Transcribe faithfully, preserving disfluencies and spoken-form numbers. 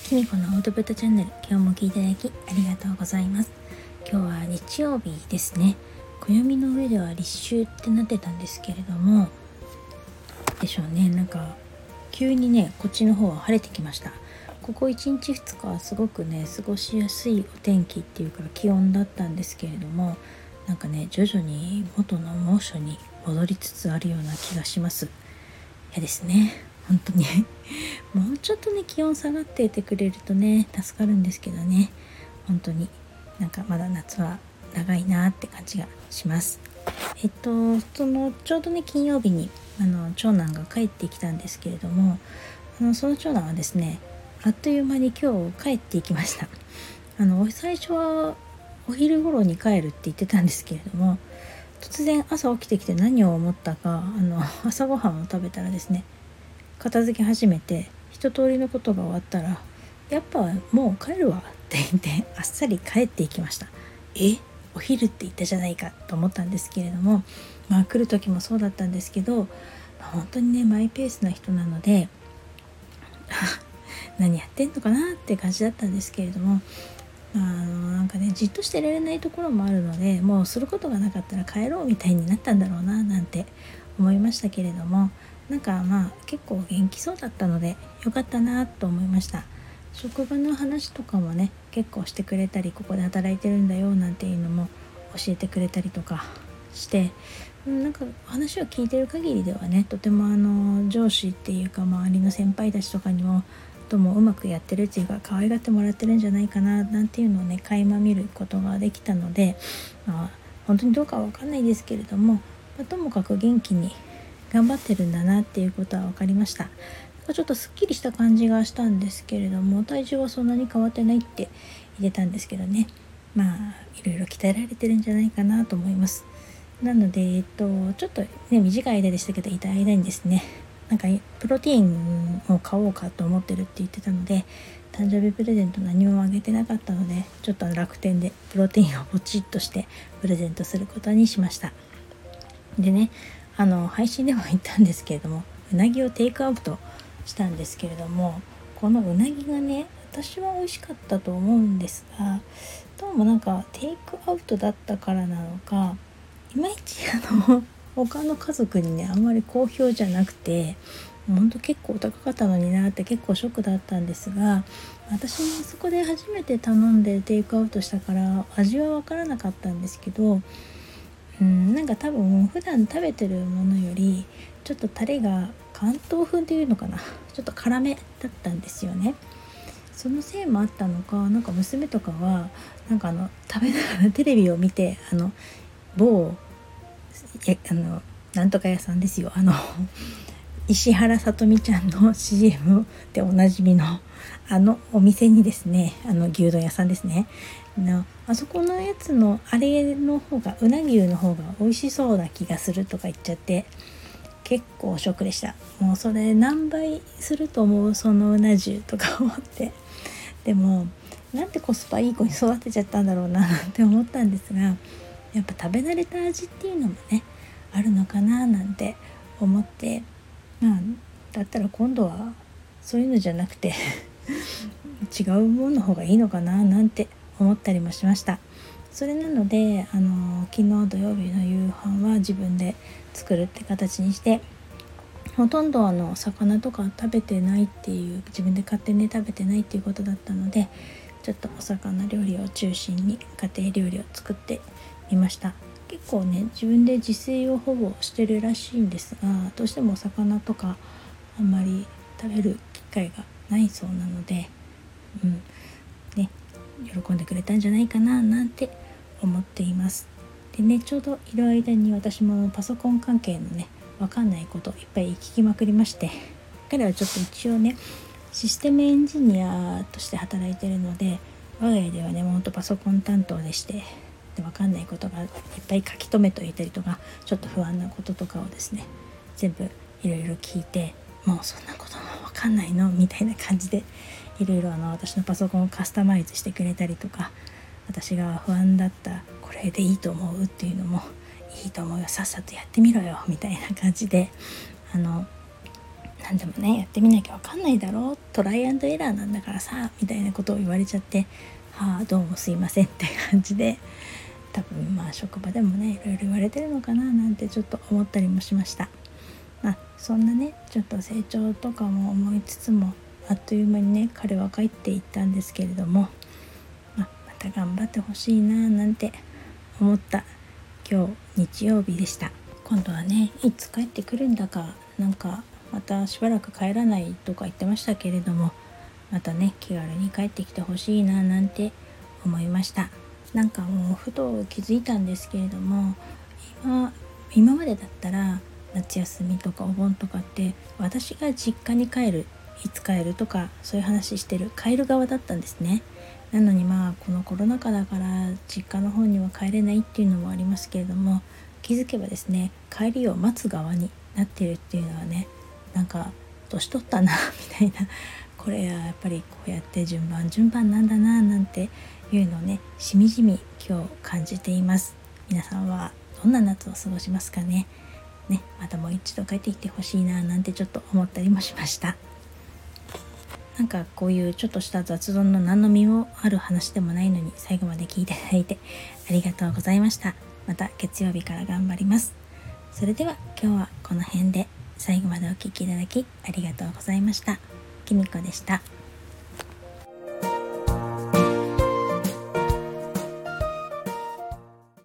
きみこのオートプットチャンネル、今日も聞いていただきありがとうございます。今日は日曜日ですね。暦の上では立秋ってなってたんですけれども、でしょうね、なんか急にねこっちの方は晴れてきました。ここいちにちふつかはすごくね過ごしやすいお天気っていうか気温だったんですけれども、なんかね徐々に元の猛暑に戻りつつあるような気がします。嫌ですね本当にもうちょっとね気温下がっていてくれるとね助かるんですけどね、本当になんかまだ夏は長いなって感じがします。えっとそのちょうどね金曜日にあの長男が帰ってきたんですけれども、あのその長男はですねあっという間に今日帰っていきました。あの最初はお昼頃に帰るって言ってたんですけれども、突然朝起きてきて何を思ったか、あの朝ごはんを食べたらですね片付け始めて、一通りのことが終わったらやっぱもう帰るわって言ってあっさり帰っていきました。えお昼って言ったじゃないかと思ったんですけれども、まあ来る時もそうだったんですけど、まあ、本当にねマイペースな人なので何やってんのかなって感じだったんですけれども、あのなんかねじっとしてられないところもあるので、もうすることがなかったら帰ろうみたいになったんだろうななんて思いましたけれども、なんかまあ結構元気そうだったのでよかったなと思いました。職場の話とかもね結構してくれたり、ここで働いてるんだよなんていうのも教えてくれたりとかして、なんか話を聞いてる限りではねとてもあの上司っていうか周りの先輩たちとかにもともうまくやってるっていうか可愛がってもらってるんじゃないかななんていうのをね垣間見ることができたので、まあ、本当にどうかは分かんないですけれども、まあ、ともかく元気に頑張ってるんだなっていうことは分かりました。ちょっとすっきりした感じがしたんですけれども、体重はそんなに変わってないって言ってたんですけどね、まあいろいろ鍛えられてるんじゃないかなと思います。なので、えっと、ちょっとね短い間でしたけどいた間にですね、なんかプロテインを買おうかと思ってるって言ってたので、誕生日プレゼント何もあげてなかったので、ちょっと楽天でプロテインをポチッとしてプレゼントすることにしました。でね、あの配信でも言ったんですけれども、うなぎをテイクアウトしたんですけれども、このうなぎがね私は美味しかったと思うんですが、どうもなんかテイクアウトだったからなのか、いまいちあの他の家族にねあんまり好評じゃなくて、ほんと結構高かったのになって結構ショックだったんですが、私もそこで初めて頼んでテイクアウトしたから味は分からなかったんですけど、うん、なんか多分普段食べてるものよりちょっとタレが関東風っていうのかな、ちょっと辛めだったんですよね。そのせいもあったのか、なんか娘とかはなんかあの食べながらテレビを見て、あの某えあのなんとか屋さんですよ、あの石原さとみちゃんの シーエム でおなじみのあのお店にですね、あの牛丼屋さんですねのあそこのやつのあれの方がうな牛の方が美味しそうな気がするとか言っちゃって、結構ショックでした。もうそれ何倍すると思うそのうな重とか思って、でもなんてコスパいい子に育てちゃったんだろうななんて思ったんですが、やっぱ食べ慣れた味っていうのもねあるのかななんて思って、まあだったら今度はそういうのじゃなくて違うものの方がいいのかななんて思ったりもしました。それなのであの昨日土曜日の夕飯は自分で作るって形にして、ほとんどあの魚とか食べてないっていう、自分で買ってね食べてないっていうことだったので、ちょっとお魚料理を中心に家庭料理を作ってみました。結構ね自分で自炊をほぼしてるらしいんですが、どうしてもお魚とかあんまり食べる機会がないそうなので、うんね、喜んでくれたんじゃないかななんて思っています。でね、ちょうどいる間に私もパソコン関係のね分かんないこといっぱい聞きまくりまして、彼はちょっと一応ねシステムエンジニアとして働いてるので、我が家ではねもうほんとパソコン担当でして、で分かんないことがいっぱい書き留めといたりとか、ちょっと不安なこととかをですね全部いろいろ聞いて、もうそんなことも分かんないのみたいな感じでいろいろあの私のパソコンをカスタマイズしてくれたりとか、私が不安だったこれでいいと思うっていうのもいいと思うよさっさとやってみろよみたいな感じで、あの何でもねやってみなきゃわかんないだろう、トライアンドエラーなんだからさみたいなことを言われちゃって、はあどうもすいませんって感じで、多分まあ職場でもねいろいろ言われてるのかななんてちょっと思ったりもしました。まあそんなねちょっと成長とかも思いつつも、あっという間にね彼は帰っていったんですけれども、まあ、また頑張ってほしいななんて思った今日日曜日でした。今度はねいつ帰ってくるんだか、なんかまたしばらく帰らないとか言ってましたけれども、またね気軽に帰ってきてほしいななんて思いました。なんかもうふと気づいたんですけれども、今今までだったら夏休みとかお盆とかって私が実家に帰る、いつ帰るとかそういう話してる帰る側だったんですね。なのにまあこのコロナ禍だから実家の方には帰れないっていうのもありますけれども、気づけばですね帰りを待つ側になってるっていうのはね、なんか年取ったなみたいな、これはやっぱりこうやって順番順番なんだななんていうのをねしみじみ今日感じています。皆さんはどんな夏を過ごしますかね。ね、またもう一度帰ってきてほしいななんてちょっと思ったりもしました。なんかこういうちょっとした雑談の何の身もある話でもないのに最後まで聞いていただいてありがとうございました。また月曜日から頑張ります。それでは今日はこの辺で、最後までお聞きいただきありがとうございました。きみこでした。